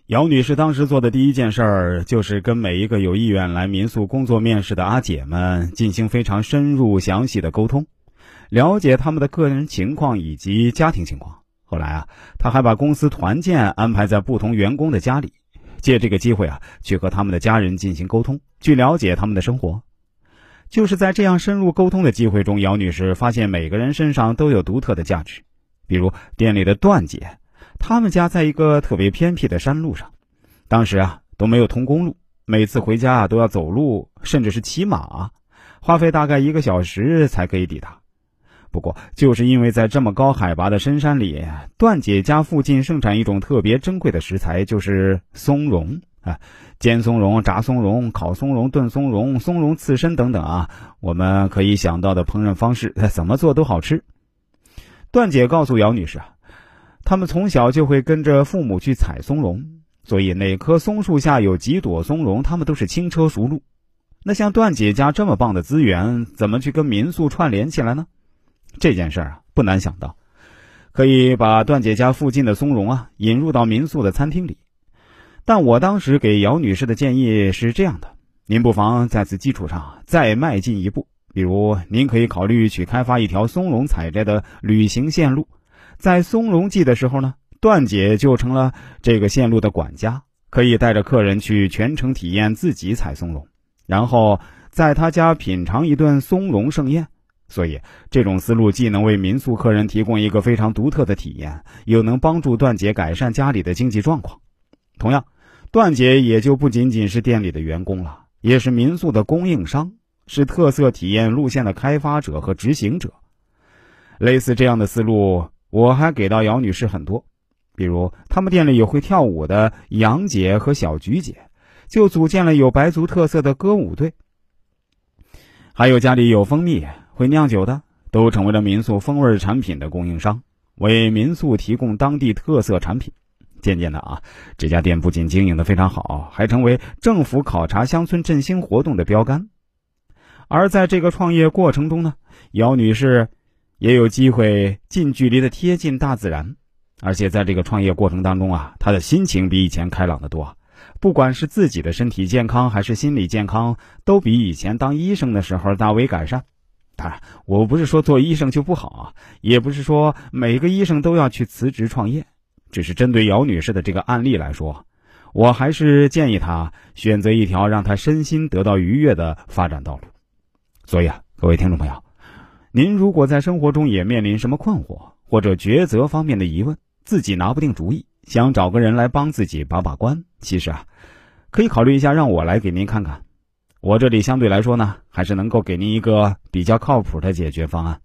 姚女士当时做的第一件事儿，就是跟每一个有意愿来民宿工作面试的阿姐们进行非常深入详细的沟通，了解他们的个人情况以及家庭情况。后来她还把公司团建安排在不同员工的家里，借这个机会去和他们的家人进行沟通，去了解他们的生活。就是在这样深入沟通的机会中，姚女士发现每个人身上都有独特的价值。比如店里的段姐，他们家在一个特别偏僻的山路上，当时都没有通公路，每次回家都要走路，甚至是骑马，花费大概1个小时才可以抵达。不过就是因为在这么高海拔的深山里，段姐家附近盛产一种特别珍贵的食材，就是松茸煎松茸、炸松茸、烤松茸、炖松茸、松茸刺身等等我们可以想到的烹饪方式，怎么做都好吃。段姐告诉姚女士他们从小就会跟着父母去采松茸，所以哪棵松树下有几朵松茸，他们都是轻车熟路。那像段姐家这么棒的资源，怎么去跟民宿串联起来呢？这件事不难想到，可以把段姐家附近的松茸引入到民宿的餐厅里。但我当时给姚女士的建议是这样的，您不妨在此基础上再迈进一步，比如您可以考虑去开发一条松茸采摘的旅行线路，在松茸季的时候呢，段姐就成了这个线路的管家，可以带着客人去全程体验自己采松茸，然后在他家品尝一顿松茸盛宴。所以这种思路既能为民宿客人提供一个非常独特的体验，又能帮助段姐改善家里的经济状况。同样，段姐也就不仅仅是店里的员工了，也是民宿的供应商，是特色体验路线的开发者和执行者。类似这样的思路我还给到姚女士很多，比如他们店里有会跳舞的杨姐和小菊姐，就组建了有白族特色的歌舞队。还有家里有蜂蜜会酿酒的，都成为了民宿风味产品的供应商，为民宿提供当地特色产品。渐渐的这家店不仅经营得非常好，还成为政府考察乡村振兴活动的标杆。而在这个创业过程中呢，姚女士也有机会近距离的贴近大自然，而且在这个创业过程当中她的心情比以前开朗得多，不管是自己的身体健康还是心理健康，都比以前当医生的时候大为改善。当然，我不是说做医生就不好也不是说每个医生都要去辞职创业，只是针对姚女士的这个案例来说，我还是建议她选择一条让她身心得到愉悦的发展道路。所以各位听众朋友，您如果在生活中也面临什么困惑或者抉择方面的疑问，自己拿不定主意，想找个人来帮自己把把关，其实可以考虑一下让我来给您看看，我这里相对来说呢，还是能够给您一个比较靠谱的解决方案。